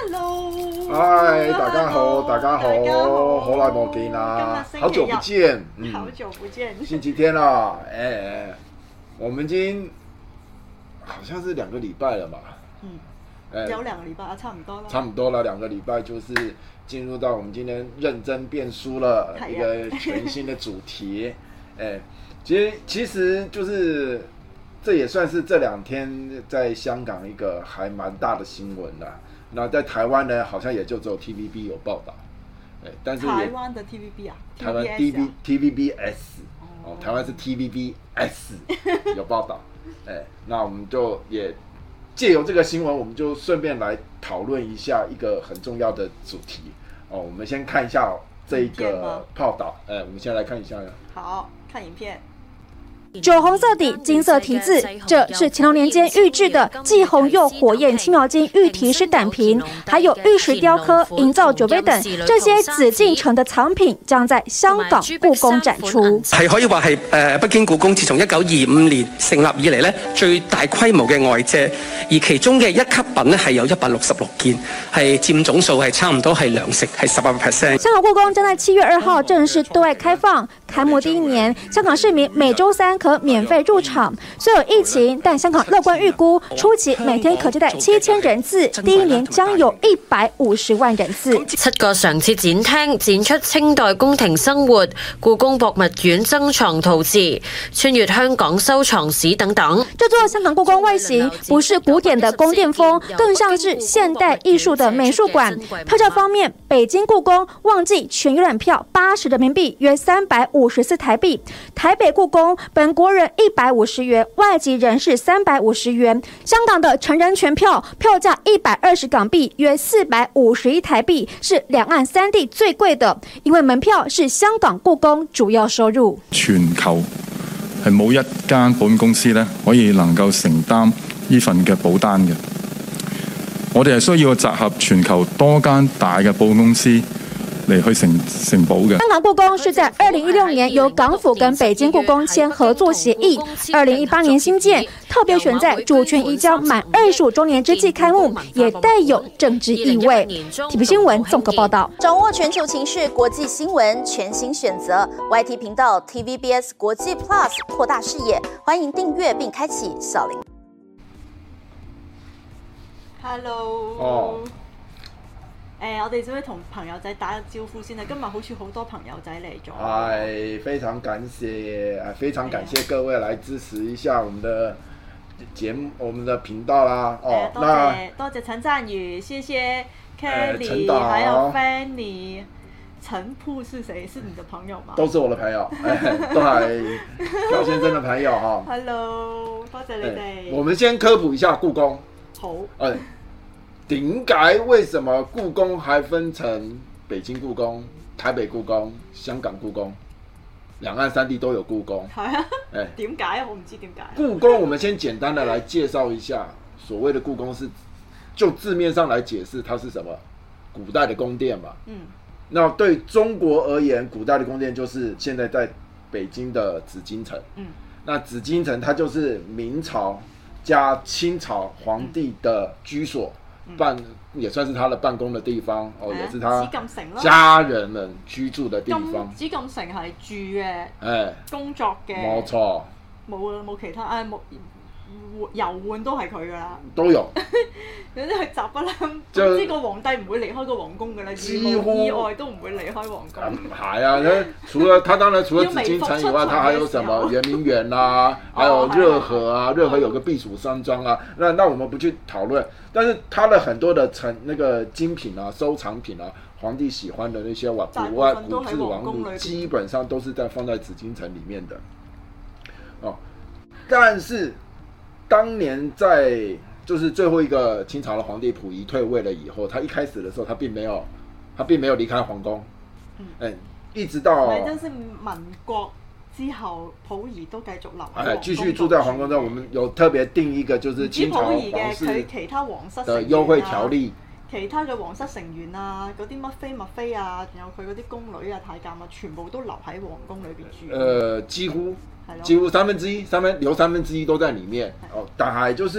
Hello， 嗨，大家好，大家好，好耐冇見啦，好久不見， 好久不見， 星期天啦，我們已經好像是2個禮拜了嘛， 有2個禮拜啊，差唔多啦， 差唔多了2個禮拜，就是進入到我們今天認真變書了一個全新的主題，其實就是這也算是這2天在香港一個還蠻大的新聞啦。那在台灣呢，好像也就只有 TVB 有報道，但是台灣的 TVB 啊， 台灣 TVBS 哦，台灣是 TVBS 有報道，那我們就也借由這個新聞，我們就順便來討論一下一個很重要的主題哦。我們先看一下這一個報道，我們先來看一下。 好，看影片。 酒紅色底，金色題字，這是乾隆年間御製的既紅又火焰輕描金御題詩膽瓶，還有玉石雕刻、營造酒杯等這些紫禁城的藏品，將在香港故宮展出。 係可以話係北京故宮自從1925年成立以嚟咧最大規模嘅外借，而其中嘅一級品咧係有166件，係佔總數係差唔多係兩成，係18%。 香港故宮將在7月2號正式對外開放，開幕第一年，香港市民每週3可免費入場。雖有疫情，但香港樂觀預估，初期每天可接待7000人次，第一年將有150萬人次。 7個常設展廳展出清代宮廷生活、故宮博物院珍藏陶瓷、穿越香港收藏史等等。 這座香港故宮外形不是古典的宮殿風，更像是現代藝術的美術館。票價方面，北京故宮旺季全遊覽票80人民幣，約354台幣；台北故宮本國人150元，外籍人士350元。香港的成人全票票價120港幣，約451台幣，是兩岸三地最貴的，因為門票是香港故宮主要收入。 全球係冇一間保險公司咧可以能夠承擔呢份嘅保單嘅。我哋係需要集合全球多間大嘅保險公司嚟去承保嘅。 香港故宮是在2016年由港府跟北京故宮簽合作協議，2018年新建，特別選在主權移交滿25週年之際開幕，也帶有政治意味。TVB 新聞綜合報道。 掌握全球情勢、國際新聞，全新選擇 YT 頻道 TVBS 國際 Plus， 擴大視野。歡迎訂閱並開啟小鈴。 Hello。我哋想同朋友仔打個招呼先啦。今日好似好多朋友仔嚟咗。 非常感謝，非常感謝各位來支持一下我們的節目，我們的頻道啦。 多謝陳贊宇，謝謝 Kelly，還有 Fanny。陳鋪是誰？是你的朋友嗎？ 都是我的朋友，都係漂先生的朋友哈。 Hello， 多謝你哋。 我們先科普一下故宮。 好。 點解為什麼故宮還分成北京故宮、台北故宮、香港故宮，兩岸三地都有故宮？ 係啊，點解啊？我唔知點解。 故宮，我們先簡單的來介紹一下，所謂的故宮是就字面上來解釋，它是什麼？古代的宮殿嘛。那對中國而言，古代的宮殿就是現在在北京的紫禁城。那紫禁城它就是明朝加清朝皇帝的居所。也算是他的辦公的地方，也是他家人們居住的地方。 紫禁城係住嘅，工作嘅， 冇錯， 冇其他，遊玩都係佢噶啦， 都有。 有啲係雜不啦，總之個皇帝唔會離開個皇宮噶啦，幾乎意外都唔會離開皇宮。 係啊，除了紫禁城以外，它還有什麼圓明園啦，還有熱河啊，熱河有個避暑山莊啊。那我們不去討論，但是它的很多的那個精品啊、收藏品啊，皇帝喜歡的那些古質王物，基本上都是放在紫禁城裡面的。但是當年在就是最後一個清朝的皇帝溥儀退位了以後，他一開始的時候他並沒有離開皇宮，一直到就是民國之後，溥儀都繼續留喺皇宮， 繼續住在皇宮中。我們有特別定一個就是清朝皇室的優惠條例。 其他嘅皇室成員啊，嗰啲乜妃密妃啊，仲有佢嗰啲宮女啊、太監啊，全部都留喺皇宮裏邊住。 幾乎三分之一，留3分之一都在裡面。但係就是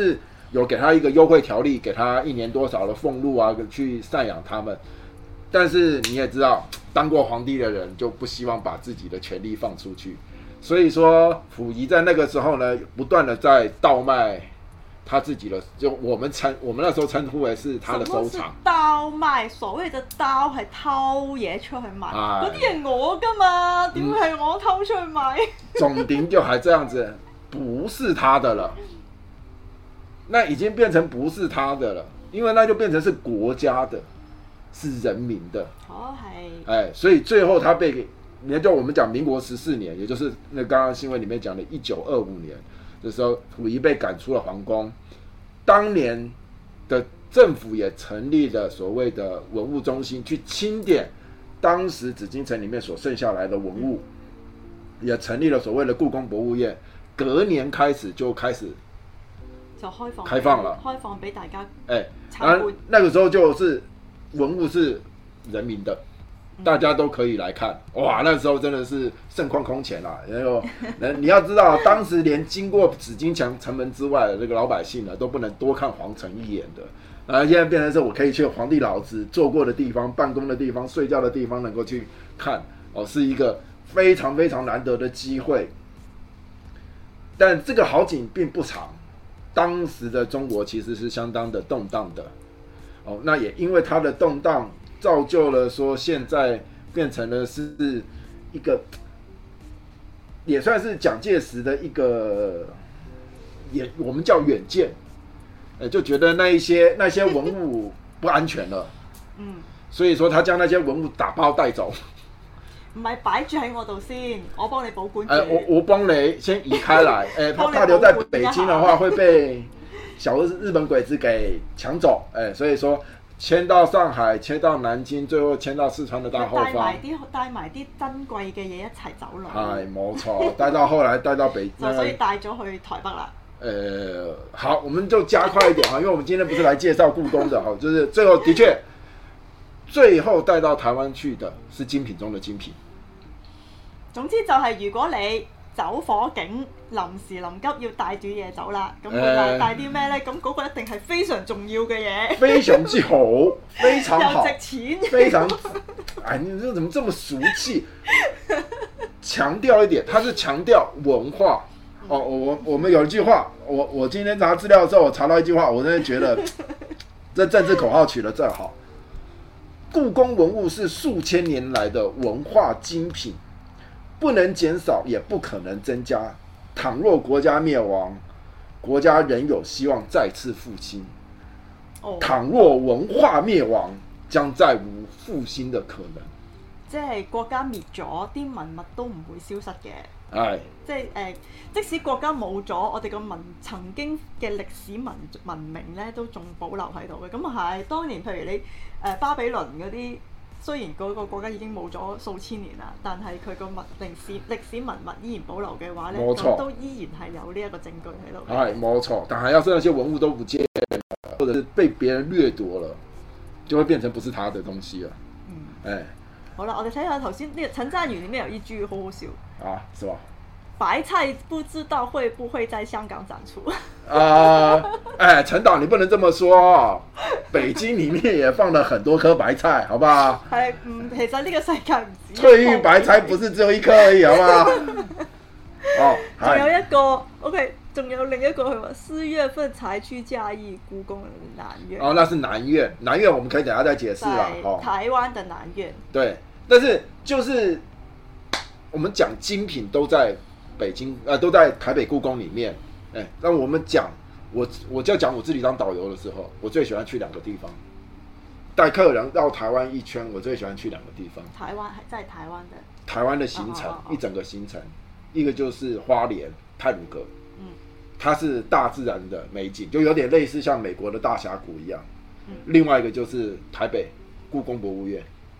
有给他一个优惠条例，给他1年多少的俸禄啊，去赡养他们。但是你也知道，当过皇帝的人就不希望把自己的权力放出去，所以说溥仪在那个时候呢，不断的在盗卖他自己的，就我们那時候稱呼為是他的收藏。 盜賣，所謂嘅盜係偷嘢出去賣，嗰啲係我㗎嘛，點會係我偷出去賣？ 總點就還這樣子，不是他的了，那已經變成不是他的了，因為那就變成是國家的，是人民的。 哦，係。 哎，所以最後他被，你就我們講民國14年，也就是那剛剛新聞裡面講的1925年。的時候，溥儀被趕出了皇宮。當年的政府也成立了所謂的文物中心，去清點當時紫禁城裡面所剩下來的文物，也成立了所謂的故宮博物院。隔年開始就開始就開放了， 開放俾大家參觀。那個時候就是文物是人民的。大家都可以來看，哇！那時候真的是盛況空前啦。然後，你要知道，當時連經過紫禁城門之外的這個老百姓呢，都不能多看皇城一眼的。然後現在變成是我可以去皇帝老子坐過的地方、辦公的地方、睡覺的地方，能夠去看，哦，是一個非常非常難得的機會。但這個好景並不長，當時的中國其實是相當的動盪的。哦，那也因為它的動盪。造就了說現在變成了是一個也算是蔣介石的一個也我們叫遠見，就覺得那些文物不安全了，所以說他將那些文物打包帶走， 唔係擺住喺我度先，我幫你保管住， 我幫你先移開來，怕留在北京的話會被小日本鬼子給搶走，所以說遷到上海，遷到南京，最後遷到四川的大後方。 帶埋啲珍貴嘅嘢一齊走佬。 係冇錯，帶到後來帶到北京。 所以帶咗去台北啦。 好，我們就加快一點哈，因為我們今天不是來介紹故宮的哈，就是最後的確，最後帶到台灣去的是精品中的精品。 總之就係如果你走火警，臨時臨急要帶住嘢走啦，咁佢帶啲咩呢？咁嗰個一定係非常重要嘅嘢， 非常之好，非常好， 又值錢， 非常，哎，你這怎麼這麼俗氣？強調一點，它是強調文化。哦，我們有一句話，我今天查資料的時候，我查到一句話，我真的覺得這政治口號取得真好。故宮文物是數千年來的文化精品。不能減少，也不可能增加。倘若國家滅亡，國家仍有希望再次復興。倘若文化滅亡，將再無復興的可能。 即係國家滅咗，啲文物都唔會消失嘅。 係。 即係即使國家冇咗，我哋個曾經嘅歷史文明咧，都仲保留喺度嘅。咁係當年，譬如你巴比倫嗰啲。雖然嗰個國家已經冇咗數千年啦，但係佢個歷史文物依然保留嘅話咧，咁都依然係有呢一個證據喺度。係冇錯，但係要是那些文物都不見了，或者是被別人掠奪了，就會變成不是他的東西了。好啦，我哋睇下頭先呢個陳湛宇裡面有一句好好笑啊，是吧？白菜不知道會不會在香港展出？陳導你不能這麼說，北京裡面也放了很多顆白菜，好不好？係，其實呢個世界唔止翠玉白菜，不是只有一顆而已，好不好？哦，仲有一個 ，OK，仲有另一個佢話4月份才去嘉義故宮的南院。哦，那是南院，南院我們可以等下再解釋啦。哦，台灣的南院。對，但是就是我們講精品都在北京，都在台北故宮裡面。那我們講，我就講我自己當導遊的時候，我最喜歡去兩個地方，帶客人繞台灣一圈，我最喜歡去兩個地方。台灣還在台灣的。台灣的行程，一整個行程，一個就是花蓮太魯閣，它是大自然的美景，就有點類似像美國的大峽谷一樣。另外一個就是台北故宮博物院。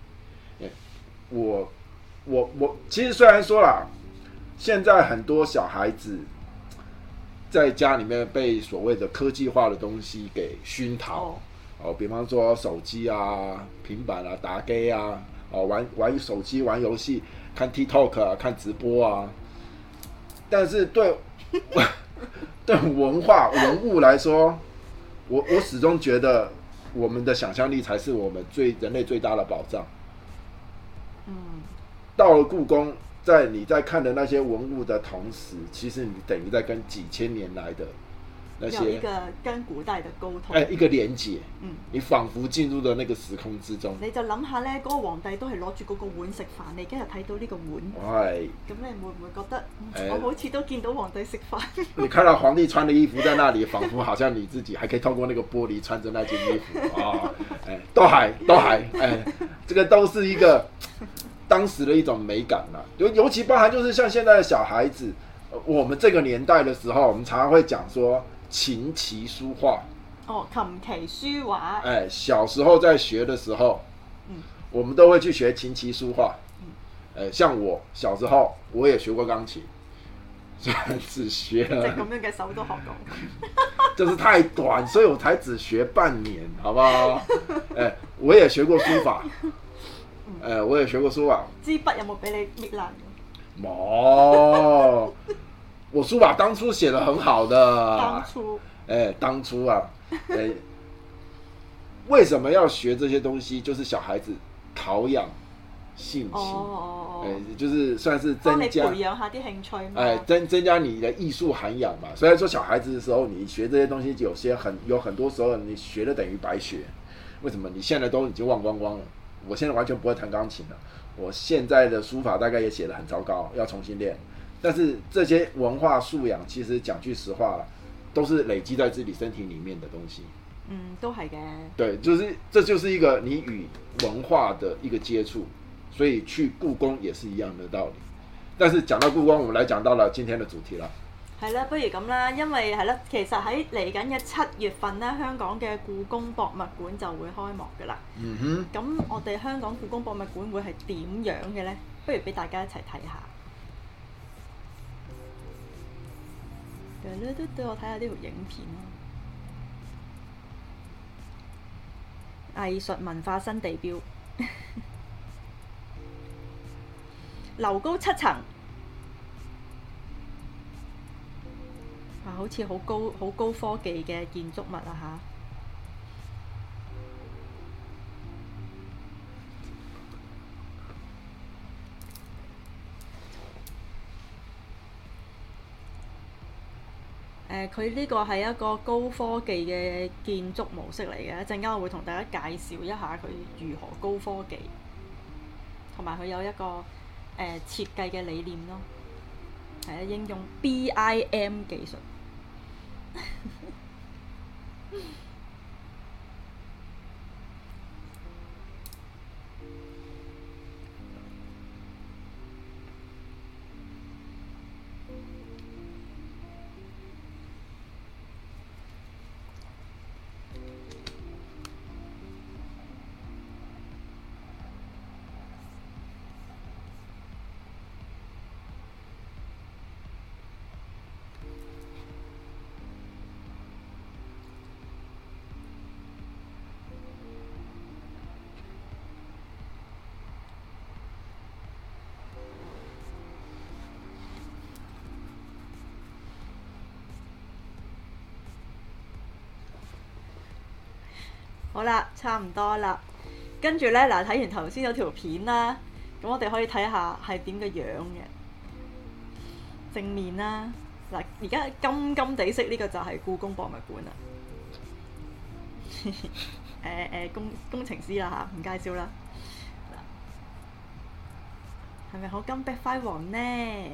我其實雖然說啦，現在很多小孩子在家裡面被所謂的科技化的東西給熏陶，比方說手機啊、平板啊、打機啊，玩手機、玩遊戲、看 TikTok 啊、看直播啊。但是對文化文物來說， 我始终觉得我们的想象力才是我们人类最大的宝藏。到了故宫，你在看的那些文物的同时，其实你等于在跟几千年来的那些有一個跟古代的溝通， 一個連結，你仿佛進入咗那個時空之中。 你就諗下咧，嗰個皇帝都係攞住嗰個碗食飯，你今日睇到呢個碗，咁你會唔會覺得我好似都見到皇帝食飯？ 你看到皇帝穿的衣服在那裡，仿佛好像你自己還可以透過那個玻璃穿着那件衣服都還，這個都是一個當時的一種美感啦。尤其包含就是像現在的小孩子，我們這個年代的時候，我們常常會講說琴棋書畫。 琴棋書畫。 小時候在學的時候，我們都會去學琴棋書畫。像我小時候，我也學過鋼琴，雖然只學了， 咁樣嘅手都學到， 就是太短，所以我才只學半年，好不好？我也學過書法，我也學過書法。 支筆有冇俾你搣爛？ 冇，我書法當初寫得很好的。當初啊，為什麼要學這些東西？就是小孩子陶養性情，就是算是增加， 幫你培養下啲興趣嘛。 增加你的藝術涵養嘛。雖然說小孩子的時候，你學這些東西，有很多時候你學的等於白學。為什麼？你現在都已經忘光光了。我現在完全不會彈鋼琴了。我現在的書法大概也寫得很糟糕，要重新練。但是這些文化素養，其實講句實話，都是累積在自己身體裡面的東西。 都係嘅。對， 這就是一個你與文化的一個接觸，所以去故宮也是一樣的道理。但是講到故宮，我們來講到了今天的主題啦。 係啦，不如咁啦，因為係啦，其實喺嚟緊嘅7月份咧，香港嘅故宮博物館就會開幕㗎啦。咁我哋香港故宮博物館會係點樣嘅咧？不如俾大家一齊睇下。我睇下呢條影片啦。藝術文化新地標，樓高7層。好似好高科技嘅建築物啊嚇！佢呢個係一個高科技嘅建築模式嚟嘅，一陣間我會同大家介紹一下佢如何高科技，同埋佢有一個設計嘅理念咯，係啊，應用 BIM 技術。好啦，差唔多啦。跟住咧，嗱，睇完頭先有條片啦，咁我哋可以睇下係點嘅樣嘅正面啦。嗱，而家金地色呢個就係故宮博物館啦。工程師啦嚇，唔介紹啦。係咪好金碧輝煌呢？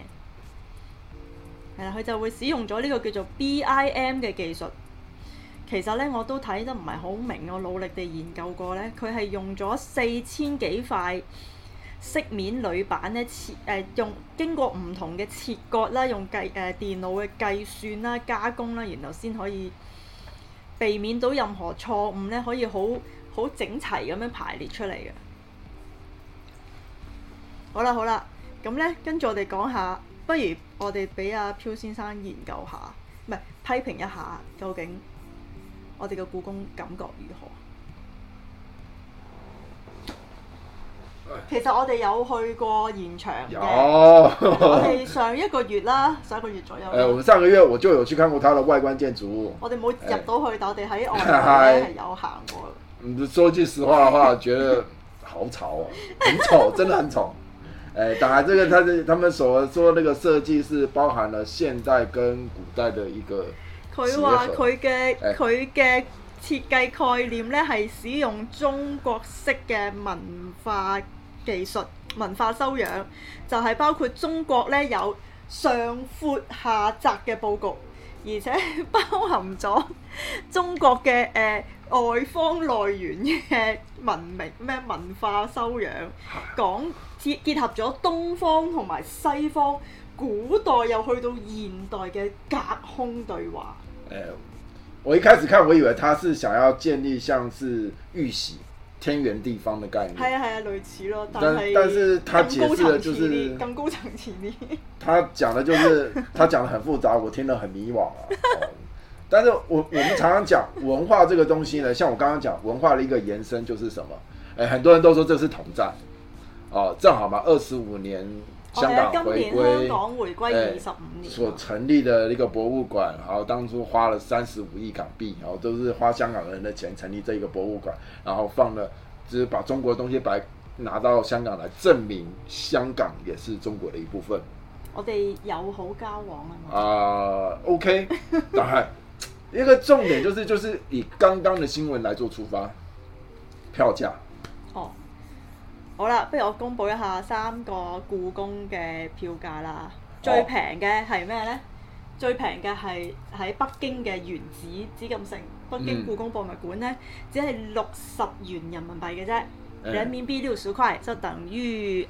係啦，佢就會使用咗呢個叫做 BIM 嘅技術。其實咧，我都睇得唔係好明，我努力地研究過咧，佢係用咗4000幾塊飾面鋁板咧經過唔同嘅切割啦，用電腦嘅計算啦、加工啦，然後先可以避免到任何錯誤咧，可以好整齊咁樣排列出嚟嘅。好啦，咁咧跟住我哋講下，不如我哋俾阿飄先生研究下，唔係批評一下究竟我哋嘅故宮感覺如何？ 其實我哋有去過現場嘅，我哋上一個月左右。 我們上個月我就有去看過它的外觀建築物。 我哋冇入到去，但我哋喺外面咧係有行過。 說句實話的話，覺得好吵哦，很醜，真的很醜。當然這個他們所說那個設計是包含了現代跟古代的一個。 佢話佢嘅設計概念咧係使用中國式嘅文化技術、文化修養，就係包括中國咧有上闊下窄嘅佈局，而且包含咗中國嘅外方內圓嘅文化修養，結合咗東方同埋西方，古代又去到現代嘅隔空對話。 我一開始看，我以為他是想要建立像是玉璽天圓地方的概念。係啊，類似咯，但是他解釋的就是更高層次啲。 他講的就是他講的很複雜，我聽得很迷惘啊。但是我們常常講文化這個東西呢，像我剛剛講文化的一個延伸就是什麼？很多人都說這是統戰，正好嘛，25年。香港回歸， 香港回歸25年， 所成立的一個博物館，然後當初花了35億港幣，然後都是花香港人的錢成立這個博物館，然後放了，就是把中國的東西拿到香港來證明香港也是中國的一部分。 我哋友好交往啊。 OK， 但係一個重點就是以剛剛的新聞來做出發，票價。 好啦，不如我公佈一下3個故宮嘅票價啦。最平嘅係咩呢？最平嘅係喺北京嘅原紫禁城北京故宮博物館呢，只係60元人民幣嘅啫，人民幣60塊，就等於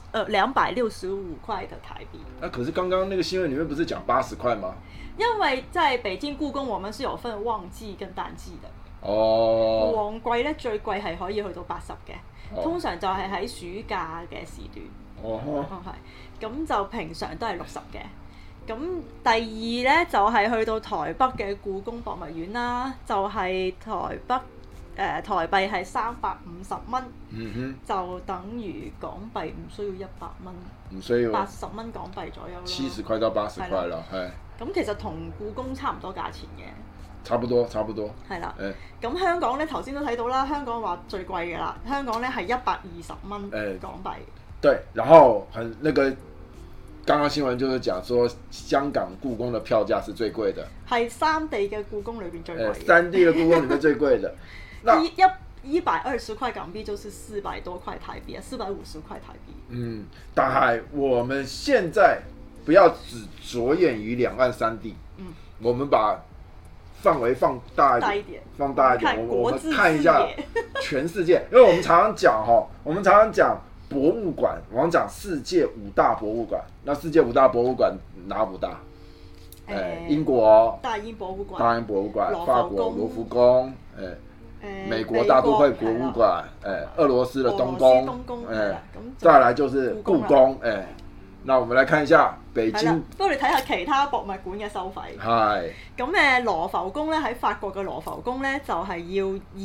265塊的台幣。 可是剛剛那個新聞裡面不是講80塊嗎？ 因為在北京故宮，我們是有分旺季跟淡季的。旺季呢，最貴係可以去到80嘅。通常就係喺暑假嘅時段，咁就平常都係60嘅。咁第二呢，就係去到台北嘅故宮博物院啦，就係台幣係350蚊，就等於港幣唔需要100蚊， 唔需要 80蚊港幣左右咯 ，70塊到80塊啦，係。 咁其實同故宮差唔多價錢嘅。 差不多。係啦。 咁香港咧頭先都睇到啦，香港話最貴嘅啦，香港咧係120蚊港幣。 對，然後那個剛剛新聞就是講說，香港故宮的票價是最貴的。係3地嘅故宮裏邊最貴。3地嘅故宮裏面最貴的。120塊港幣就是400多塊台幣啊，450塊台幣。但係我們現在不要只着眼於兩岸3地，我們把範圍放大一點，我們看一下全世界，因為我們常常講博物館，我們講世界5大博物館，那世界5大博物館哪5大？英國大英博物館，法國羅浮宮，美國大都會博物館，俄羅斯的東宮，再來就是故宮，那我們來看一下北京。不如你睇下其他博物館嘅收費。係。咁羅浮宮咧，喺法國嘅羅浮宮咧就係要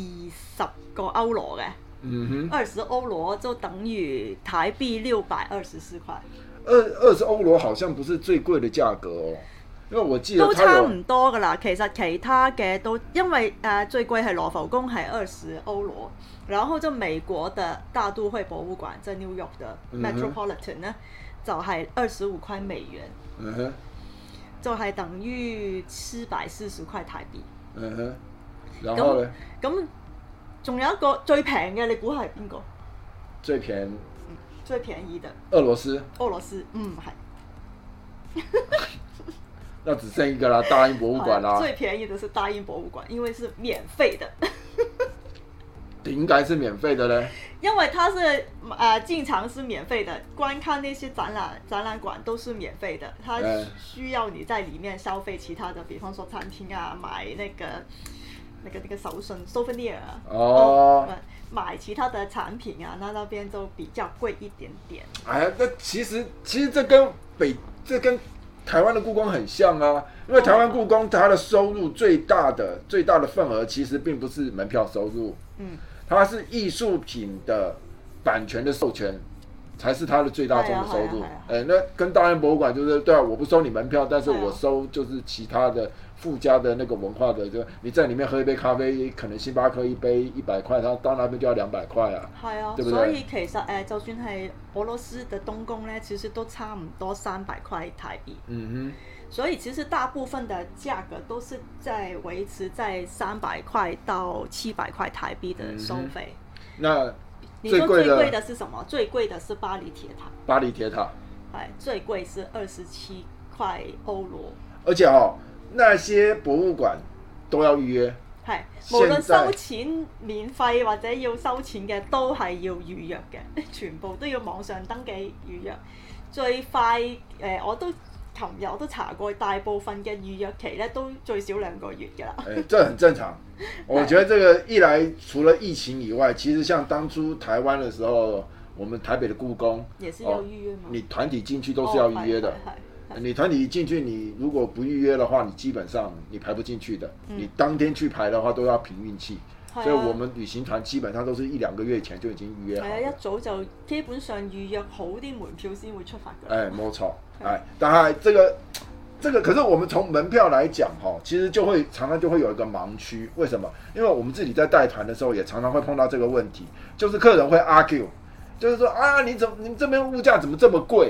20個歐羅嘅。20歐羅就等於台幣624塊。20歐羅好像不是最貴嘅價格哦，因為我記得都差唔多噶啦。其實其他嘅都因為最貴係羅浮宮係20歐羅，然後就美國的大都會博物館在 New York 的 Metropolitan 呢。就係25塊美元，就係等於740塊台幣。然後咧，咁仲有一個最平嘅，你估係邊個？最便宜的。俄羅斯。唔係。那只剩一個啦，大英博物館啦。最便宜的是大英博物館，因為是免費的。點解是免費的呢？因為它是進場是免費的，觀看那些展覽館都是免費的，它需要你在裡面消費其他的，比方說餐廳啊，買那個手信 souvenir 啊，買其他的產品啊，那邊就比較貴一點點。哎呀，那其實這跟台灣的故宮很像啊，因為台灣故宮它的收入最大的份額其實並不是門票收入，它是藝術品的版权的授权才是它的最大宗的收入。那跟大安博物馆就是对啊，我不收你门票，但是我收就是其他的附加的那个文化的，就你在里面喝一杯咖啡，可能星巴克一杯100塊，它到那邊就要200塊啊。 係啊，對不對？所以其實就算係俄羅斯的東宮咧，其實都差唔多300塊台幣。所以其實大部分的價格都是在維持在300塊到700塊台幣的收費。 那你說最貴的是什麼？最貴的是巴黎鐵塔。 巴黎鐵塔， 最貴是27塊歐羅。 而且那些博物館都要預約。 係，無論收錢免費或者要收錢嘅，都係要預約嘅，全部都要網上登記預約。最快琴日我都查過，大部分嘅預約期咧都最少2個月㗎啦。 這很正常。我覺得這個一來，除了疫情以外，其實像當初台灣的時候，我們台北的故宮也是要預約嘛。 你團體進去都是要預約的。你團體進去，你如果不預約的話，你基本上你排不進去的。你當天去排的話，都要憑運氣。所以我們旅行團基本上都是1-2個月前就已經預約好。 係啊，一早就基本上預約好啲門票先會出發㗎。 冇錯。當然這個可是我們從門票來講其實就會常常就會有一個盲區。為什麼？因為我們自己在帶團的時候也常常會碰到這個問題，就是客人會 argue， 就是說啊，你這邊物價怎麼這麼貴？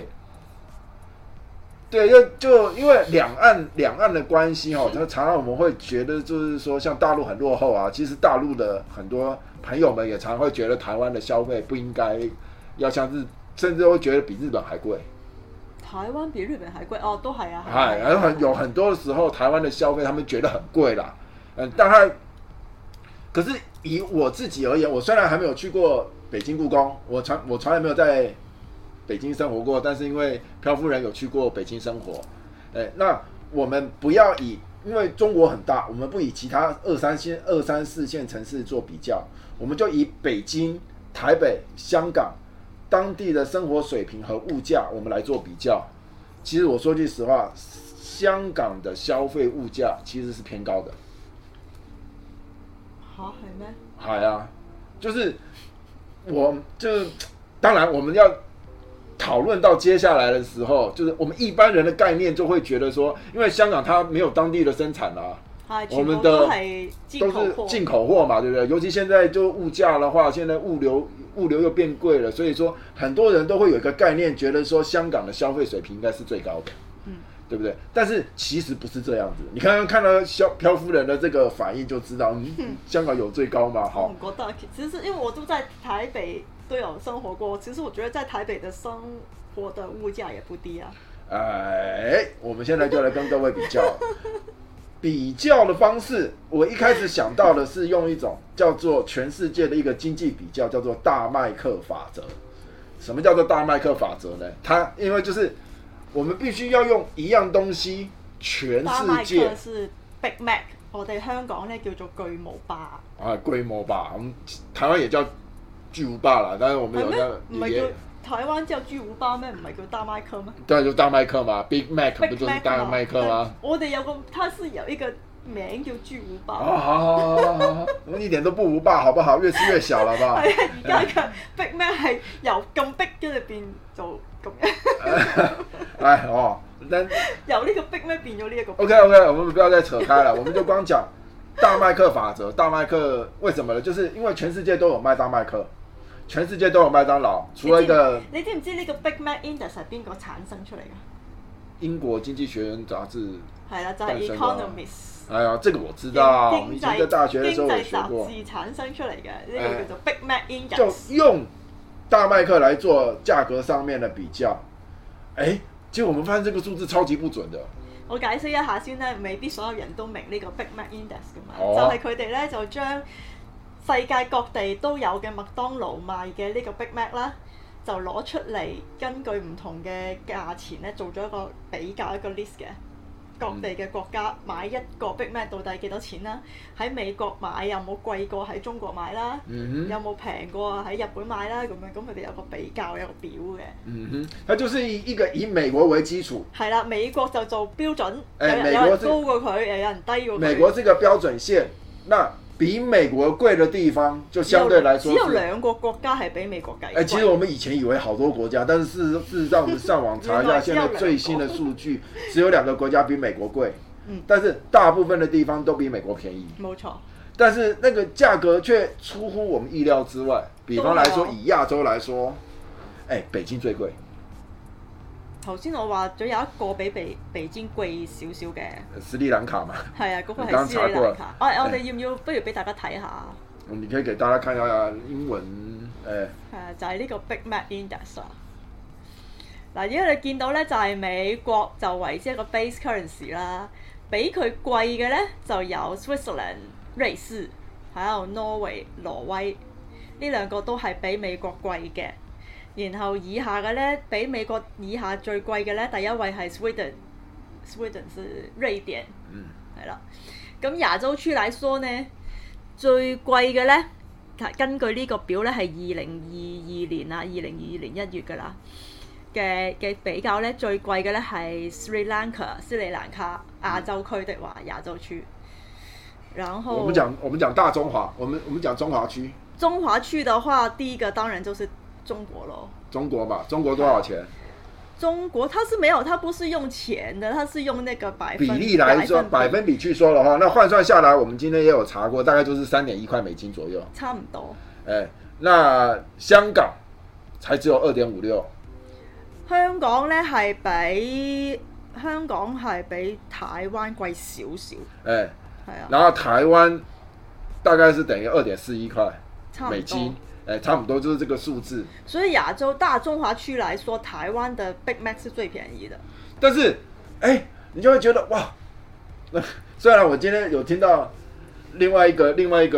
對，就因為兩岸的關係常常我們會覺得就是說，像大陸很落後啊，其實大陸的很多朋友們也常常會覺得台灣的消費不應該要像甚至會覺得比日本還貴。 台灣比日本還貴哦，都係啊。 然後有很多時候台灣的消費，他們覺得很貴啦。但係可是以我自己而言，我雖然還沒有去過北京故宮，我從來沒有在北京生活過，但是因為漂夫人有去過北京生活，那我們不要因為中國很大，我們不以其他2、3、4線城市做比較，我們就以北京、台北、香港當地的生活水平和物價，我們來做比較。其實我說句實話，香港的消費物價其實是偏高的。 係咩？ 係啊，就是當然我們要討論到接下來的時候，就是我們一般人的概念就會覺得說，因為香港它沒有當地的生產啦，我們的都是進口貨嘛，對不對？尤其現在就物價的話，現在物流又變貴了，所以說很多人都會有一個概念，覺得說香港的消費水平應該是最高的，對不對？但是其實不是這樣子。你看到漂夫人的這個反應就知道，香港有最高嗎？好， 我覺得其實因為我都在台北都有生活過，其實我覺得在台北的生活的物價也不低啊。 我們現在就來跟各位比較。比較的方式，我一開始想到的是用一種叫做全世界的一個經濟比較，叫做大麥克法則。什麼叫做大麥克法則呢？它因為就是我們必須要用一樣東西，全世界。大麥克是 Big Mac， 我哋香港呢叫做巨無霸。 巨無霸，台灣也叫巨無霸啦，但是我們有那也。 台灣叫巨無霸咩？唔係叫大麥克咩？ 對，就大麥克嘛 ，Big Mac 不就是大麥克嗎？ 我哋有個，它是有一個名叫巨無霸。 好，一點都不無霸，好不好？越吃越小了吧？ 係啊，而家嘅 Big Mac 係由咁逼跟住變做咁樣。由呢個 Big Mac 變咗呢一個。 OK， 我們不要再扯開了，我們就光講大麥克法則。大麥克為什麼呢？就是因為全世界都有賣大麥克。全世界都有麥當勞，除了一個。 你知唔知呢個 Big Mac Index 係邊個產生出嚟㗎？ 英國經濟學人雜誌。 係啦，就係 Economist。 哎呀，這個我知道，以前在大學的時候我學過。 經濟雜誌產生出嚟嘅呢個叫做 Big Mac Index。 就用大麥克來做價格上面的比較，結果我們發現這個數字超級不準的。 我解釋一下先咧，未必所有人都明呢個 Big Mac Index 㗎嘛，就係佢哋咧就將世界各地都有嘅麥當勞賣嘅呢個 Big Mac 啦，就攞出嚟根據唔同嘅價錢咧做咗一個比較，一個 list 嘅各地嘅國家買一個 Big Mac 到底幾多錢啦？喺美國買有冇貴過喺中國買啦？有冇平過喺日本買啦？咁佢哋有個比較，有個表嘅。 它就是一個以美國為基礎。 係啦，美國就做標準，有人高過佢，有人低過佢。 美國是個標準線，那比美国贵的地方，就相对来说只有2個國家係比美國貴。 其實我們以前以為好多國家，但是事實上我們上網查一下，現在最新的數據，只有2個國家比美國貴，但是大部分的地方都比美國便宜。 冇錯。 但是那個價格卻出乎我們意料之外。比方來說，以亞洲來說，北京最貴。 頭先我話咗有一個比北京貴少少嘅斯里蘭卡嘛。 係啊，嗰個係斯里蘭卡。我哋要唔要不如俾大家睇下？ 你可以給大家看一下英文。 係啊，就係呢個 Big Mac Index 啊。嗱，而家你見到咧，就係美國就為之一個 base currency 啦。比佢貴嘅咧就有 Switzerland 瑞士，還有 Norway 挪威，呢2個都係比美國貴嘅。然後以下嘅咧，比美國以下最貴嘅咧，第一位係 Sweden 是瑞典，係啦。咁亞洲區來說呢，最貴嘅咧，根據呢個表咧係2022年啊，2022年1月㗎啦嘅比較咧，最貴嘅咧係斯里蘭卡亞洲區的話，亞洲區。然後我們講大中華，我們講中華區。 中華區的話，第一個當然就是中國咯。 中國嘛，中國多少錢？ 中國它是沒有，它不是用錢的，它是用那個比例來說，百分比去說的話，那換算下來，我們今天也有查過，大概就是3.1塊美金左右。 差唔多。 那香港才只有2.56。 香港呢係比台灣貴少少。 然後台灣大概是等於2.41塊美金。差不多就是這個數字。 所以亞洲大中華區來說，台灣的 Big Mac 是最便宜的。 但是，你就會覺得哇，雖然我今天有聽到另外一個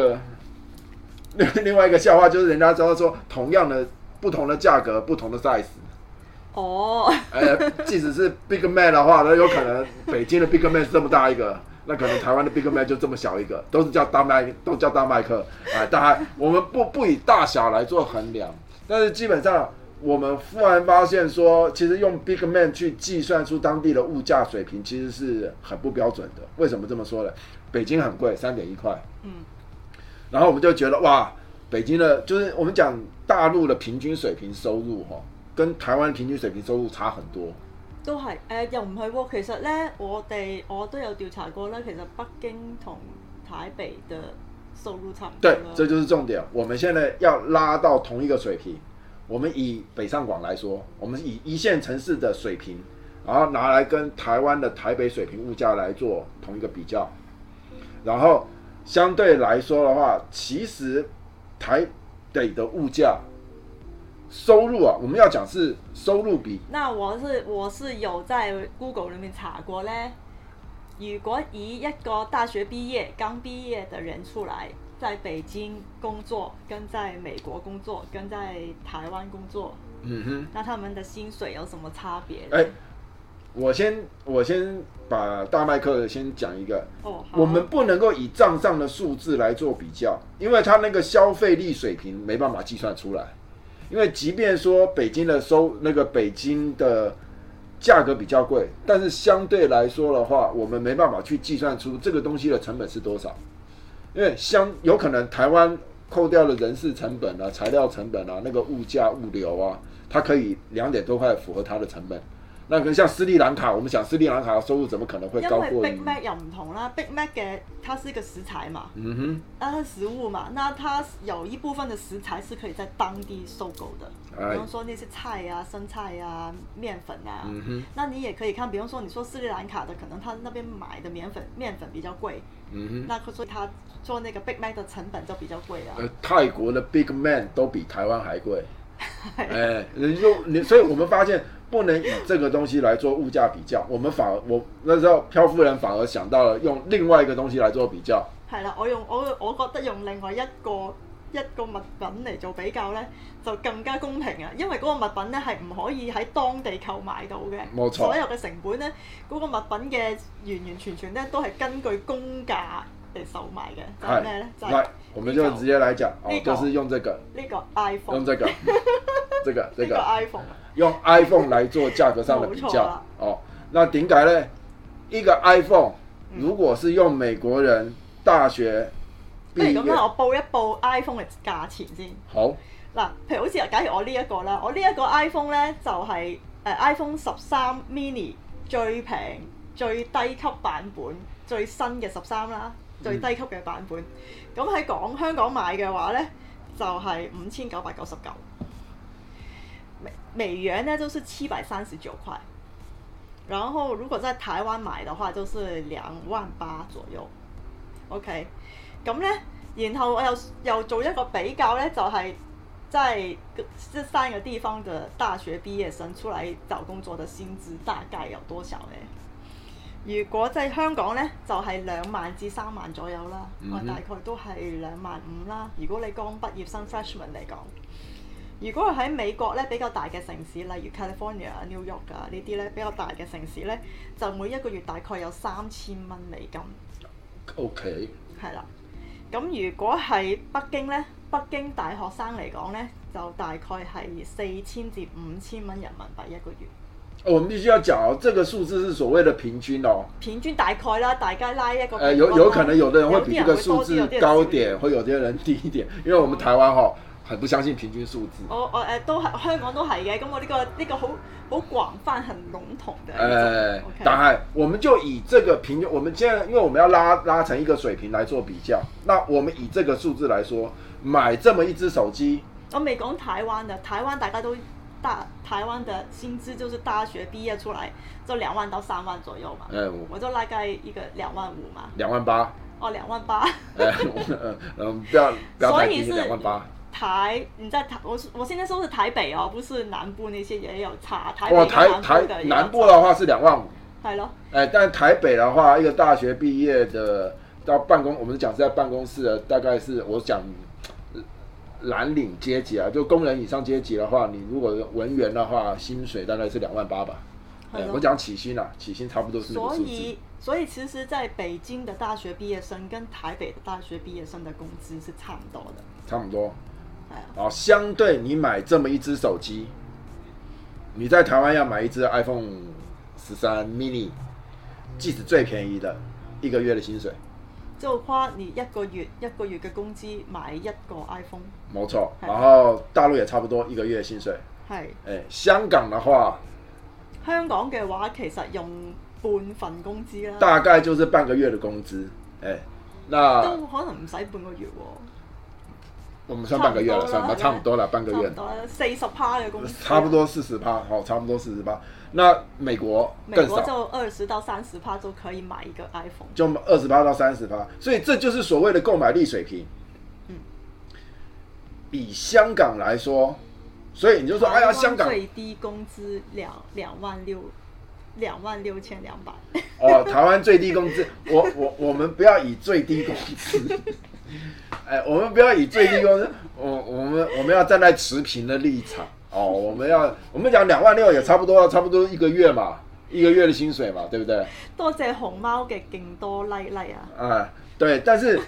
笑話，就是人家說同樣的不同的價格，不同的 size。 哦。 即使是 Big Mac 的話，那有可能北京的 Big Mac 是這麼大一個。那可能台灣的 Big Mac 就這麼小一個，都叫大麥克，當然我們不以大小來做衡量，但是基本上我們忽然發現說，其實用 Big Mac 去計算出當地的物價水平，其實是很不標準的。為什麼這麼說呢？北京很貴，3.1塊，然後我們就覺得哇，北京的，就是我們講大陸的平均水平收入跟台灣平均水平收入差很多。 都係又唔係喎，其實咧我都有調查過啦，其實北京同台北的收入差唔多。 對，這就是重點。我們現在要拉到同一個水平，我們以北上廣來說，我們以一線城市的水平，然後拿來跟台灣的台北水平物價來做同一個比較，然後相對來說的話，其實台北的物價收入啊，我們要講是收入比。 那我是有在 Google 裏面查過呢，如果以一個大學剛畢業的人出來，在北京工作，跟在美國工作，跟在台灣工作，那他們的薪水有什麼差別？ 我先把大麥克先講一個，我們不能夠以賬上的數字來做比較，因為他那個消費力水平沒辦法計算出來。因為即便說北京的北京的價格比較貴，但是相對來說的話，我們沒辦法去計算出這個東西的成本是多少。因為有可能台灣扣掉了人事成本啊、材料成本啊、那個物價物流啊，它可以2.多塊符合它的成本。那個像斯里蘭卡，我們想斯里蘭卡的收入怎麼可能會高過？ 因為 Big Mac 又唔同啦，Big Mac 嘅它是一個食材嘛，它是食物嘛，那它有一部分的食材是可以在當地收購的，比方說那些菜啊、生菜啊、麵粉啊，那你也可以看，比方說你說斯里蘭卡的，可能他那邊買的麵粉比較貴，那所以他做那個 Big Mac 的成本就比較貴啊。 泰國的 Big Mac 都比台灣還貴。所以我們發現不能以這個東西來做物價比較，我那時候漂夫人反而想到了用另外一個東西來做比較。係啦，我覺得用另外一個物品嚟做比較呢，就更加公平啊！因為嗰個物品呢係唔可以喺當地購買到嘅， 冇錯， 所有嘅成本呢，嗰個物品嘅完全呢都係根據公價嚟售賣嘅。就係咩呢？就係我們就直接來講，就是用這個 iPhone， 用這個這個 iPhone， 用 iPhone 來做價格上的比較。那點解呢？一個 iPhone 如果是用美國人大學不如咁啦，我報一報 iPhone 嘅價錢先。 好。 嗱，譬如好似假如我呢一個啦，我呢一個 iPhone 咧就係、iPhone 13 mini 最平最低級版本，最新嘅13啦，最低級嘅版本。咁喺香港買嘅話咧，就係5999，美元呢就是739塊。然後如果在台灣買的話，就是28000左右。OK， 咁咧，然後我又做一個比較咧，就係、在這3個地方的大學畢業生出來找工作的薪資大概有多少呢？如果在香港咧，就係2萬至3萬左右啦，我大概都係25000啦。如果你剛畢業生 freshman 嚟講，如果係喺美國咧比較大嘅城市，例如 California、New York 啊呢啲咧比較大嘅城市咧，就每一個月大概有3000蚊美金。 OK。 係啦，咁如果係北京咧，北京大學生嚟講咧，就大概係4000至5000蚊人民幣一個月。 我們必須要講哦，這個數字是所謂的平均哦。 平均大概啦，大家拉一個。 有可能有的人會比這個數字高點，會有啲人低一點，因為我們台灣很不相信平均數字。 都係香港都係嘅，咁我呢個好廣泛、很籠統的。 Okay. 當然，我們就以這個平均，我們現在因為我們要拉成一個水平來做比較，那我們以這個數字來說，買這麼一隻手機， 我未講台灣的，台灣大家都台灣的薪資就是大學畢業出來就2萬到3萬左右嘛。我就大概一個2萬5嘛。 28000。 哦，28000。 不要太低，28000。 你在我現在說是台北哦，不是南部那些也有差。台南部的話是25000。 係咯。 但台北的話，一個大學畢業的到辦公，我們講是在辦公室的，大概是我講藍領階級啊，就工人以上階級的話，你如果文員的話，薪水大概是28000吧。我講起薪啊，起薪差不多是那個數字。 所以其實在北京的大學畢業生跟台北的大學畢業生的工資是差唔多的。 差唔多。相對你買這麼一隻手機，你在台灣要買一隻 iPhone 13 mini， 即使最便宜的一個月的薪水， 就花你一個月嘅工資買一個 iPhone。 冇錯，然後大陸也差不多一個月的薪水。 係。 香港的話， 嘅話其實用半份工資啦。 大概就是半個月的工資。那都可能唔使半個月喎。 我們算半個月了，算吧，差不多了，半個月。 40%嘅工資。 差不多40%，好，差不多40%。那美國更少。 美國就20%到30%就可以買一個 iPhone。 就20%到30%，所以這就是所謂的購買力水平。以香港來說，所以你就說，哎呀，香港最低工資26200。 哦，台灣最低工資，我們不要以最低工資。我們不要以最低工資，我們要站在持平的立場哦。我們講26000也差不多一個月嘛，一個月的薪水嘛，對不對？ 多謝熊貓嘅勁多like啊！ 對，但是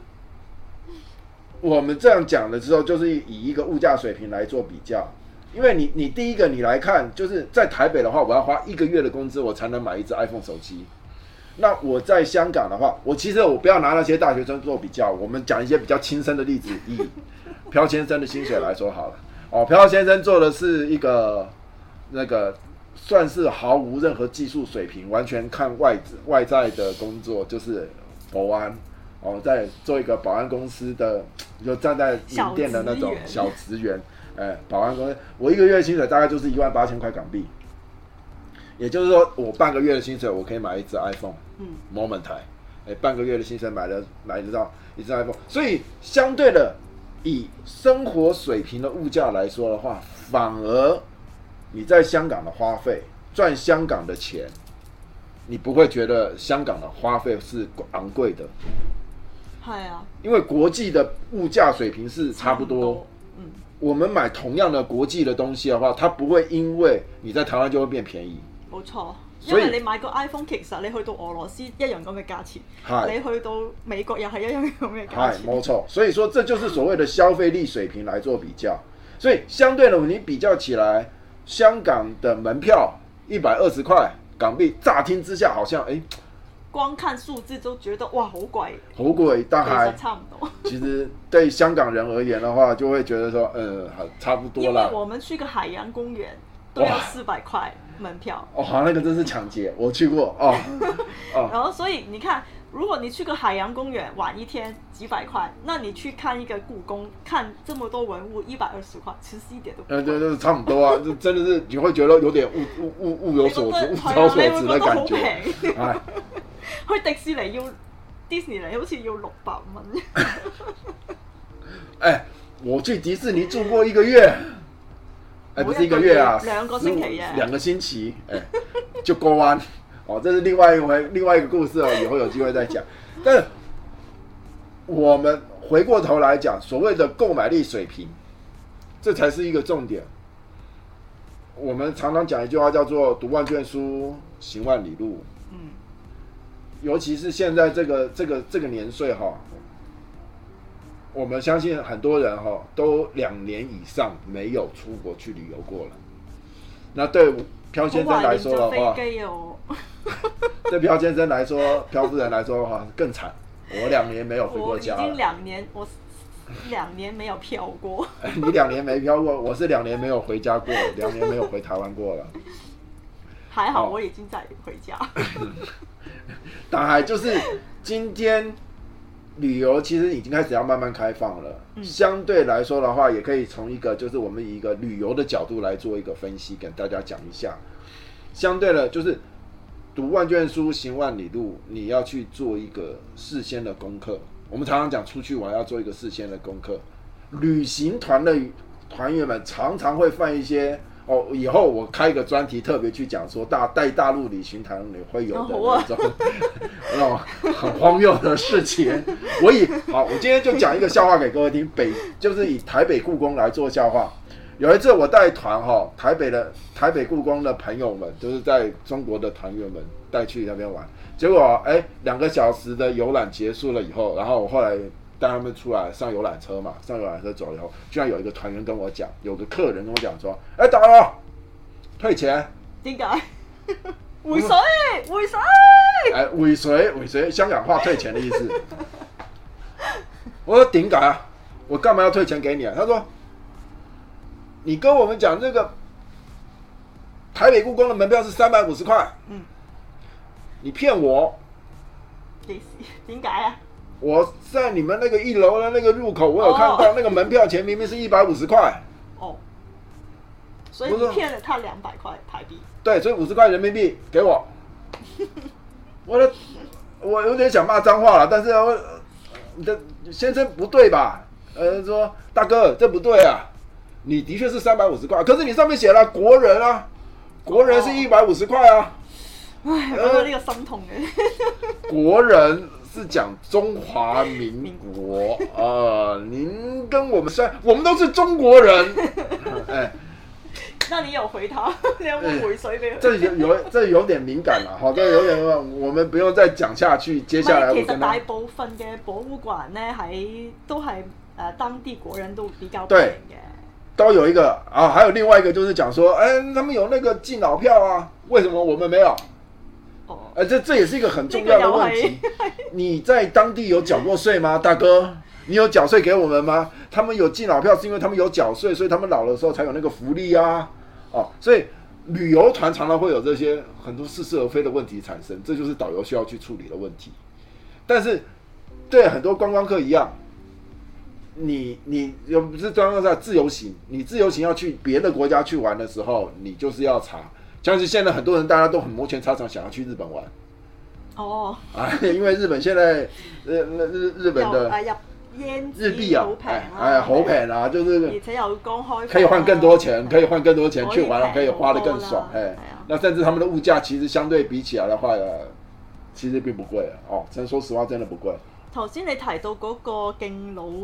我們這樣講的時候，就是以一個物價水平來做比較。因為你第一個你來看，就是在台北的話，我要花一個月的工資，我才能買一隻 iPhone 手機。那我在香港的話，其實我不要拿那些大學生做比較，我們講一些比較親身的例子，以漂先生的薪水來說好了。漂先生做的是一個那個算是毫無任何技術水平，完全看外在的工作，就是保安。在做一個保安公司的，就站在門店的那種小職員。保安公司，我一個月的薪水大概就是18000塊港幣，也就是說，我半個月的薪水我可以買一支 iPhone，Moment 台，半個月的薪水買得到一支 iPhone， 所以相對的，以生活水平的物價來說的話，反而你在香港的花費，賺香港的錢，你不會覺得香港的花費是昂貴的， 係啊， 因為國際的物價水平是差不多。我們買同樣的國際的東西的話，它不會因為你在台灣就會變便宜。 冇錯，因為你買個 iPhone，其實你去到俄羅斯一樣咁嘅價錢，你去到美國又係一樣咁嘅價錢。 冇錯，所以說這就是所謂的消費力水平來做比較。所以相對的，你比較起來，香港的門票120塊港幣，乍聽之下好像光看數字都覺得哇好貴， 好貴，但係其實差唔多。 其實對香港人而言的話，就會覺得說，差不多啦。 因為我們去個海洋公園都要400塊門票。 哦，那個真是搶劫，我去過哦。 然後所以你看，如果你去個海洋公園玩一天幾百塊，那你去看一個故宮，看這麼多文物120塊，其實一點都不貴。 對，差唔多啊，就真的是你會覺得有點物有所值、物超所值的感覺。哎， 去迪士尼好似要600蚊。 哎，我去迪士尼住過1個月，哎，不是1個月啊 ，2個星期嘅 ，2個星期，哎，就過完。哦，這是另外一個故事哦，以後有機會再講。但是我們回過頭來講，所謂的購買力水平，這才是一個重點。我們常常講一句話叫做"讀萬卷書，行萬里路"。尤其是現在這個年歲哈，我們相信很多人哈都2年以上沒有出國去旅遊過了。那對漂先生來說的話，對漂先生來說，漂夫人來說的話更慘。我2年沒有回過家了。 我已經2年沒有漂過。 你2年沒漂過，我是2年沒有回家過，2年沒有回台灣過了。 還好我已經在回家。 但係就是今天旅遊其實已經開始要慢慢開放了。相對來說的話，也可以從一個就是我們以一個旅遊的角度來做一個分析，跟大家講一下。相對的，就是讀萬卷書，行萬里路，你要去做一個事先的功課。我們常常講出去玩要做一個事先的功課。旅行團的團員們常常會犯一些以後我開一個專題特別去講說帶大陸旅行團你會有的那種很荒謬的事情。我今天就講一個笑話給各位聽，就是以台北故宮來做笑話。有一次我帶團台北故宮的朋友們，就是在中國的團員們帶去那邊玩，結果2個小時的遊覽結束了以後，然後我後來帶他們出來上遊覽車嘛，上遊覽車走以後，居然有一個團員跟我講，有個客人跟我講說，導遊退錢， 點解？回水， 回水，香港話退錢的意思。我說點解啊？我幹嘛要退錢給你啊？他說，你跟我們講這個台北故宮的門票是350塊，你騙我。 點解啊？ 我在你們那個1樓的那個入口，我有看到那個門票錢明明是150塊。 所以你騙了他200塊台幣。 對，所以50塊人民幣給我。我有點想罵髒話了，但是你的先生不對吧？說大哥這不對啊，你的確是350塊，可是你上面寫了國人啊，國人是150塊啊。 唉，我覺得呢個心痛嘅。 國人是講中華民國您跟我們我們都是中國人。 那你有回他？你有冇回水俾佢？ 這有點敏感啦，好，這有點，我們不用再講下去。接下來， 其實大部分嘅博物館呢，都係當地國人都比較平嘅。 都有一個還有另外一個就是講說，他們有那個敬老票啊，為什麼我們沒有？這也是一個很重要的問題。你在當地有繳過稅嗎，大哥？你有繳稅給我們嗎？他們有敬老票是因為他們有繳稅，所以他們老的時候才有那個福利啊。所以旅遊團常常會有這些很多似是而非的問題產生，這就是導遊需要去處理的問題。但是對很多觀光客一樣，你又不是專門自由行，你自由行要去別的國家去玩的時候，你就是要查。像是現在很多人大家都很摩拳擦掌想要去日本玩。因為日本現在日本的日幣好平啊，就是而且又剛開， 可以換更多錢，去玩，可以花得更爽。那甚至他們的物價其實相對比起來的話，其實並不貴。真說實話真的不貴。 頭先你提到嗰個敬老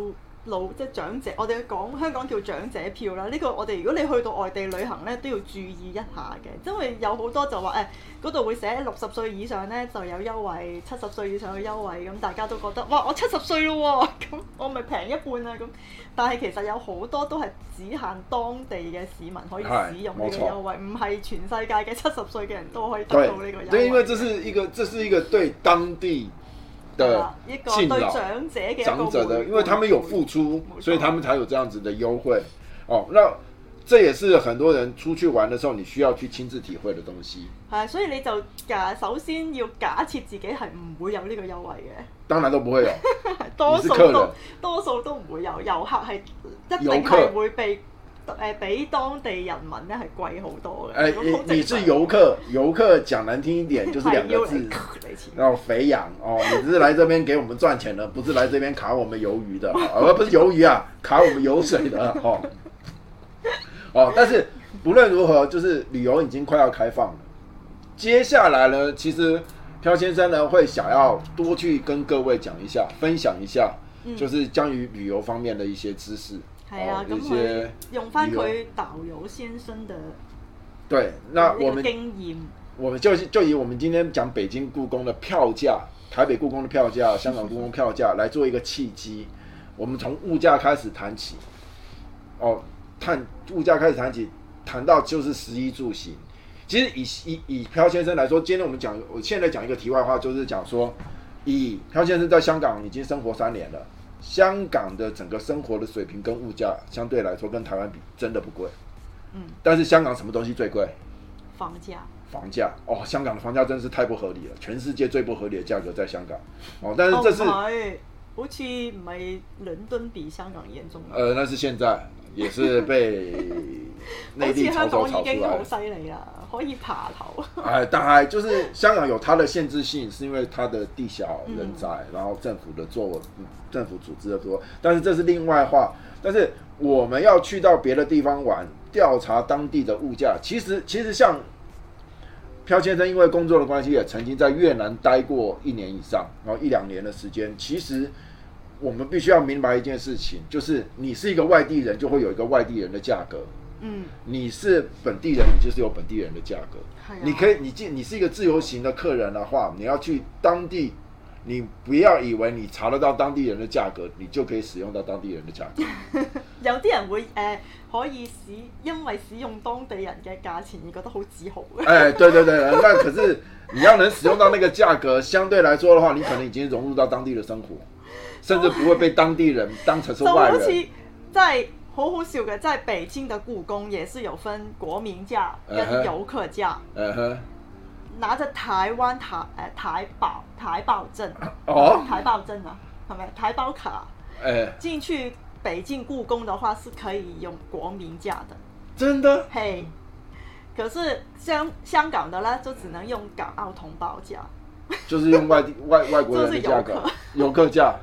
即係長者，我哋講香港叫長者票啦。呢個我哋如果你去到外地旅行咧，都要注意一下嘅，因為有好多就話嗰度會寫60歲以上咧就有優惠，70歲以上嘅優惠，咁大家都覺得哇我70歲咯喎，咁我咪平一半啊咁。但係其實有好多都係只限當地嘅市民可以使用呢個優惠，唔係全世界嘅70歲嘅人都可以得到呢個優惠。 對，因為這是一個對當地的敬老長者的，因為他們有付出，所以他們才有這樣子的優惠。哦，那這也是很多人出去玩的時候，你需要去親自體會的東西。係， 所以你就首先要假設自己係唔會有呢個優惠嘅。 當然都不會有， 多數都唔會有，遊客係一定係會比當地人民咧係貴好多嘅。 你是遊客講難聽一點就是兩個字，然後肥羊哦，你只是來這邊給我們賺錢的，不是來這邊卡我們魷魚的，而不是魷魚啊，卡我們油水的哦。但是不論如何，就是旅遊已經快要開放了。接下來呢，其實漂先生呢會想要多去跟各位講一下，分享一下，就是關於旅遊方面的一些知識。 係啊，咁佢用翻佢導遊先生的對，那我們經驗， 我們就以我們今天講北京故宮的票價、台北故宮的票價、香港故宮票價來做一個契機，我們從物價開始談起。哦，物價開始談起，談到就是食衣住行。其實以漂先生來說，今天我現在講一個題外話，就是講說，以漂先生在香港已經生活3年了。香港的整個生活的水平跟物價相對來說跟台灣比真的不貴，但是香港什麼東西最貴？ 房價哦，香港的房價真是太不合理了，全世界最不合理的價格在香港哦，但是這是好似唔係倫敦比香港嚴重那是現在也是被內地炒作炒出來， 好似香港已經好犀利啦，可以爬頭。 但係就是香港有它的限制性，是因為它的地小人窄，然後政府組織的多，但是這是另外話。但是我們要去到別的地方玩，調查當地的物價。其實像漂先生因為工作的關係，也曾經在越南待過1年以上，然後1-2年的時間。其實我們必須要明白一件事情，就是你是一個外地人，就會有一個外地人的價格。你是本地人，你就是有本地人的價格。你可以，你是一個自由行的客人的話，你要去當地，你不要以為你查得到當地人的價格，你就可以使用到當地人的價格。 有啲人會可以因為使用當地人嘅價錢而覺得好自豪。 對，那可是你要能使用到那個價格，相對來說的話，你可能已經融入到當地的生活，甚至不會被當地人當成是外人。 就好似即係好好笑嘅，在北京的故宮也是有分國民價跟遊客價。拿着台灣台胞證，台胞證啊，係咪台胞卡？進去北京故宮的話是可以用國民價的。 真的？ 嘿，可是香港的呢，就只能用港澳同胞價， 就是用外國人的價格，遊客價。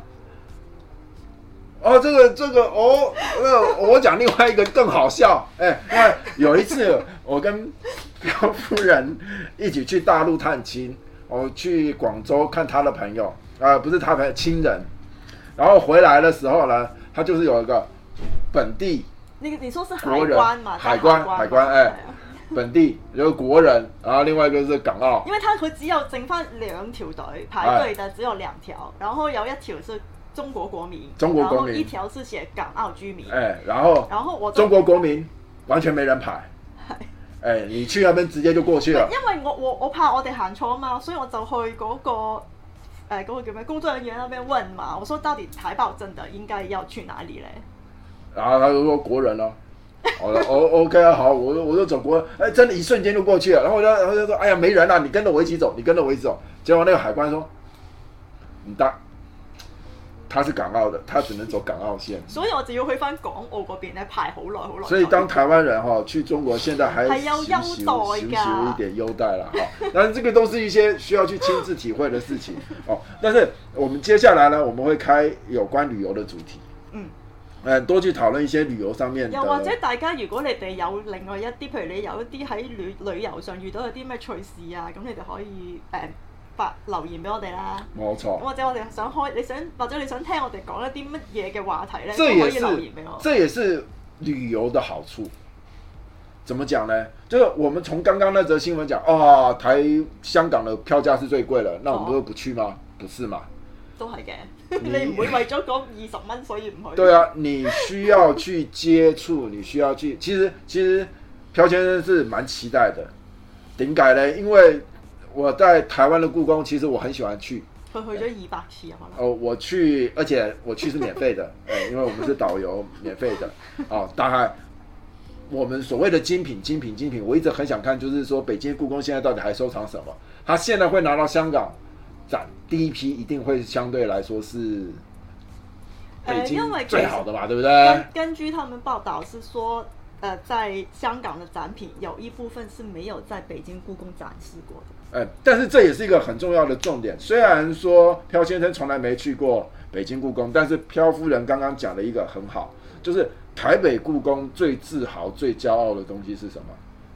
這個我講另外一個更好笑，因為有一次我跟漂夫人一起去大陸探親，我去廣州看他的朋友，不是他朋友親人，然後回來的時候呢，他就是有一個本地， 你說是海關嘛？ 海關，本地有個國人，然後另外一個是港澳， 因為佢只有剩翻2條隊排隊的只有2條，然後有一條是中國國民，然後一條是寫港澳居民， 然後我中國國民完全沒人排，你去那邊直接就過去了。 因為我怕我哋行錯嘛，所以我就去嗰個叫咩工作人員那邊問嘛，我說到底台胞證的應該要去哪裡咧？ 然後他就說國人咯，好了，OK 啊，好，我就走國人，真的一瞬間就過去了，然後我就說，哎呀沒人啊，你跟着我一起走，結果那個海關說，唔得。他是港澳的，他只能走港澳線， 所以我就要去翻港澳嗰邊咧排好耐。 所以當台灣人去中國，現在還有優待㗎， 一點優待啦但是這個都是一些需要去親自體會的事情但是我們接下來呢，我們會開有關旅遊的主題，多去討論一些旅遊上面。 又或者大家如果你哋有另外一啲，譬如你有一啲喺旅遊上遇到有啲咩趣事啊，咁你哋可以發留言俾我哋啦。 冇錯。 或者我哋想開，或者你想聽我哋講一啲乜嘢嘅話題咧，都這可以留言俾我。 這也是旅遊的好處。怎麼講呢？就是我們從剛剛那則新聞講，香港的票價是最貴了，那我們都不去嗎？不是嘛？ 都係嘅，你唔會為咗嗰20蚊所以唔去。 對啊，你需要去接觸，你需要去。其實漂先生是蠻期待的。點解呢？因為我在台灣的故宮，其實我很喜歡去。 佢去咗200次啊，可能。 我去，而且我去是免費的，因為我們是導遊，免費的。大概我們所謂的精品，我一直很想看，就是說北京故宮現在到底還收藏什麼？他現在會拿到香港展，第一批一定會相對來說是北京最好的嘛，對不對？ 根據他們報道是說，在香港的展品有一部分是沒有在北京故宮展示過的。 但是這也是一個很重要的重點。雖然說漂先生從來沒去過北京故宮，但是漂夫人剛剛講了一個很好，就是台北故宮最自豪、最驕傲的東西是什麼？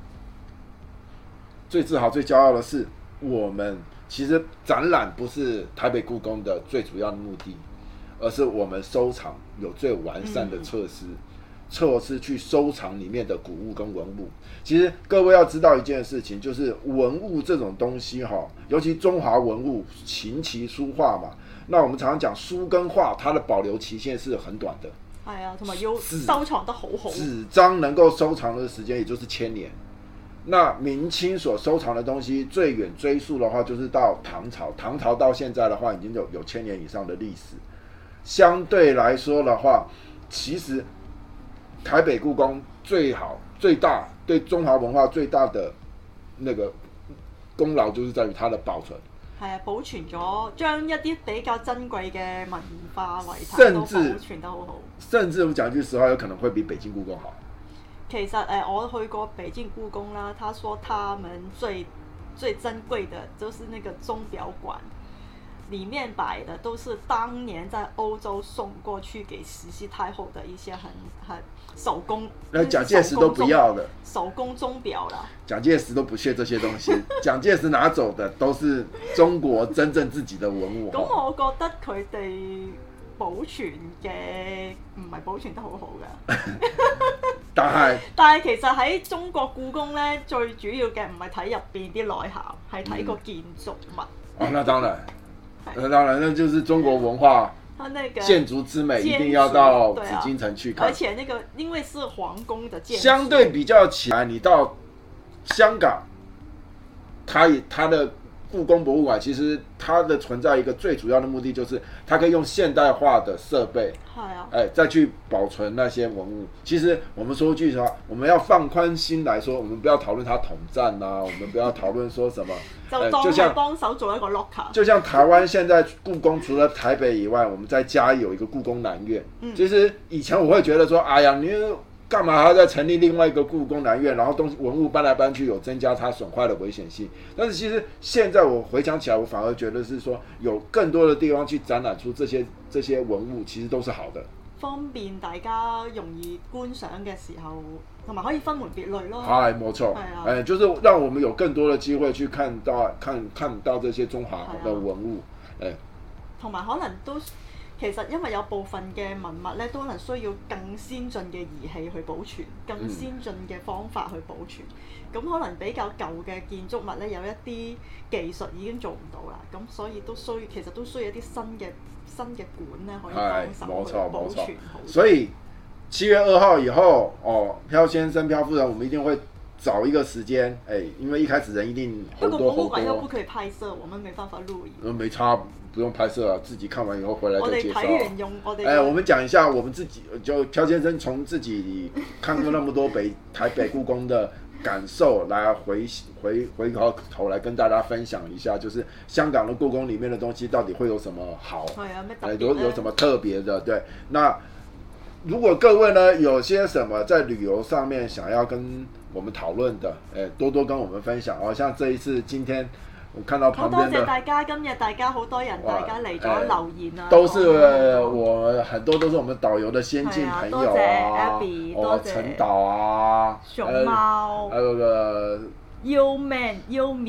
最自豪、最驕傲的是，我們其實展覽不是台北故宮的最主要的目的，而是我們收藏有最完善的設施去收藏裡面的古物跟文物。其實各位要知道一件事情，就是文物這種東西尤其中華文物，琴棋書畫嘛，那我們常常講書跟畫，它的保留期限是很短的。 係啊，同埋要收藏得好好。 紙張能夠收藏的時間也就是1000年。那明清所收藏的東西最遠追溯的話，就是到唐朝。唐朝到現在的話，已經有1000年以上的歷史。相對來說的話，其實台北故宮最好、最大對中華文化最大的那個功勞，就是在於它的保存。 係啊，保存咗，將一啲比較珍貴嘅文化遺產都保存得好好。 甚至我講句實話，有可能會比北京故宮好。 其實我去過北京故宮啦，他說他們最珍貴的就是那個鐘表館，裡面擺的都是當年在歐洲送過去給慈禧太后的一些很手工， 蔣介石都不要的手工鐘表啦。 蔣介石都不屑這些東西，蔣介石拿走的都是中國真正自己的文物。 咁我覺得佢哋保存嘅唔係保存得好好嘅。但係其實喺中國故宮咧，最主要嘅唔係睇入邊啲內涵，係睇個建築物。 那當然，那就是中國文化建築之美，一定要到紫禁城去看。 而且那個因為是皇宮的建築， 相對比較起來，你到香港，它的故宮博物館其實它的存在一個最主要的目的，就是它可以用現代化的設備，再去保存那些文物。其實我們說句實話，我們要放寬心來說，我們不要討論它統戰啊，我們不要討論說什麼， 就像幫手做一個 locker。 就像台灣現在故宮除了台北以外，我們在嘉義有一個故宮南院。其實以前我會覺得說，哎呀，你幹嘛還要再成立另外一個故宮南院，然後東西文物搬來搬去，有增加它損壞的危險性。但是其實現在我回想起來，我反而覺得是說有更多的地方去展覽出這些文物，其實都是好的， 方便大家容易觀賞嘅時候，同埋可以分門別類咯。 係冇錯，就是讓我們有更多的機會去看到這些中華的文物， 同埋可能都。其實因為有部分嘅文物咧，都可能需要更先進嘅儀器去保存，更先進嘅方法去保存。咁可能比較舊嘅建築物咧，有一啲技術已經做唔到啦。咁所以其實都需要一啲新嘅館咧，可以幫手去保存好。 所以7月2號以後，漂先生、漂夫人，我們一定會找一個時間，因為一開始人一定好多。 不過博物館又不可以拍攝，我們沒辦法錄影。 沒差。不用拍攝啊，自己看完以後回來再介紹。 我哋睇完用我哋。 我們講一下我們自己，就漂先生從自己看過那麼多台北故宮的感受，來回頭來跟大家分享一下，就是香港的故宮裡面的東西到底會有什麼好，有什麼特別的？對，那如果各位呢有些什麼在旅遊上面想要跟我們討論的，多多跟我們分享。像這一次今天。我看到旁邊的， 好多謝大家，今日大家好多人，大家嚟咗留言啊， 都是我很多都是我們導遊的先進朋友啊， 多謝 Abby， 多謝陳導啊， 熊貓， 還有個 Uman Umi，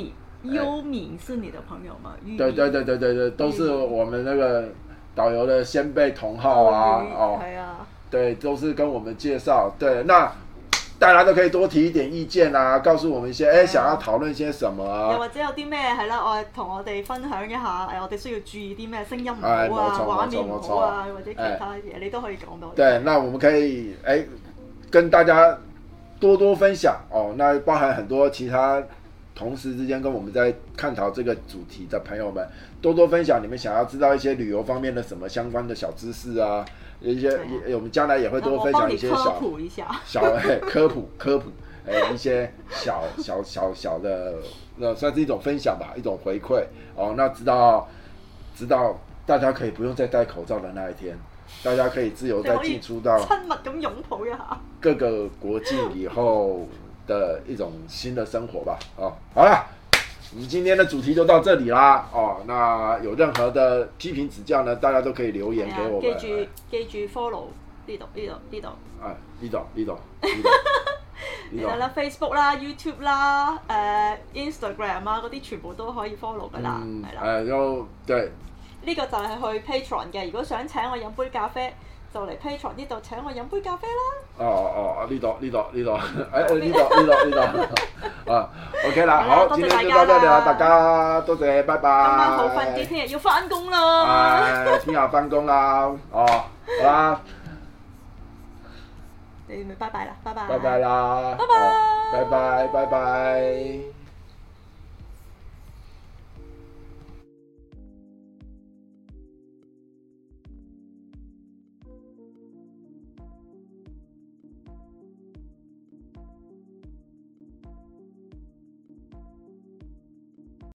幽敏是你的朋友吗？ 对，都是我们那个导游的先辈同好啊，对，都是跟我们介绍。对，那大家都可以多提一點意見啊，告訴我們一些想要討論些什麼啊。 又或者有啲咩係啦，同我哋分享一下我哋需要注意啲咩聲音唔好啊、畫面唔好啊，或者其他嘢，你都可以講俾我哋。 對，那我們可以跟大家多分享哦。那包含很多其他同時之間跟我們在探討這個主題的朋友們，多分享你們想要知道一些旅遊方面的什麼相關的小知識啊。一些我們將來也會多分享一些科普一下， 科普，一些小的，算是一種分享吧，一種回饋哦。那直到大家可以不用再戴口罩的那一天，大家可以自由再進出到親密咁擁抱一下各個國境以後的一種新的生活吧。哦，好啦。我們今天的主題就到這裡啦，哦，那有任何的批評指教呢，大家都可以留言給我們。 記住 follow 呢度。 呢度。 然後啦 Facebook 啦、YouTube 啦、Instagram 啊嗰啲全部都可以 follow 噶啦，係啦。 對。 呢個就係去 Patreon 嘅，如果想請我飲杯咖啡，就嚟 Patreon 呢度請我飲杯咖啡啦。呢度。OK 啦，好，今天就到這裡啦，大家多謝，拜拜。 今晚好瞓啲，聽日要返工啦。 聽日返工啦，哦，好啦。 你咪拜拜啦，拜拜。 拜拜啦， 拜拜。 拜拜。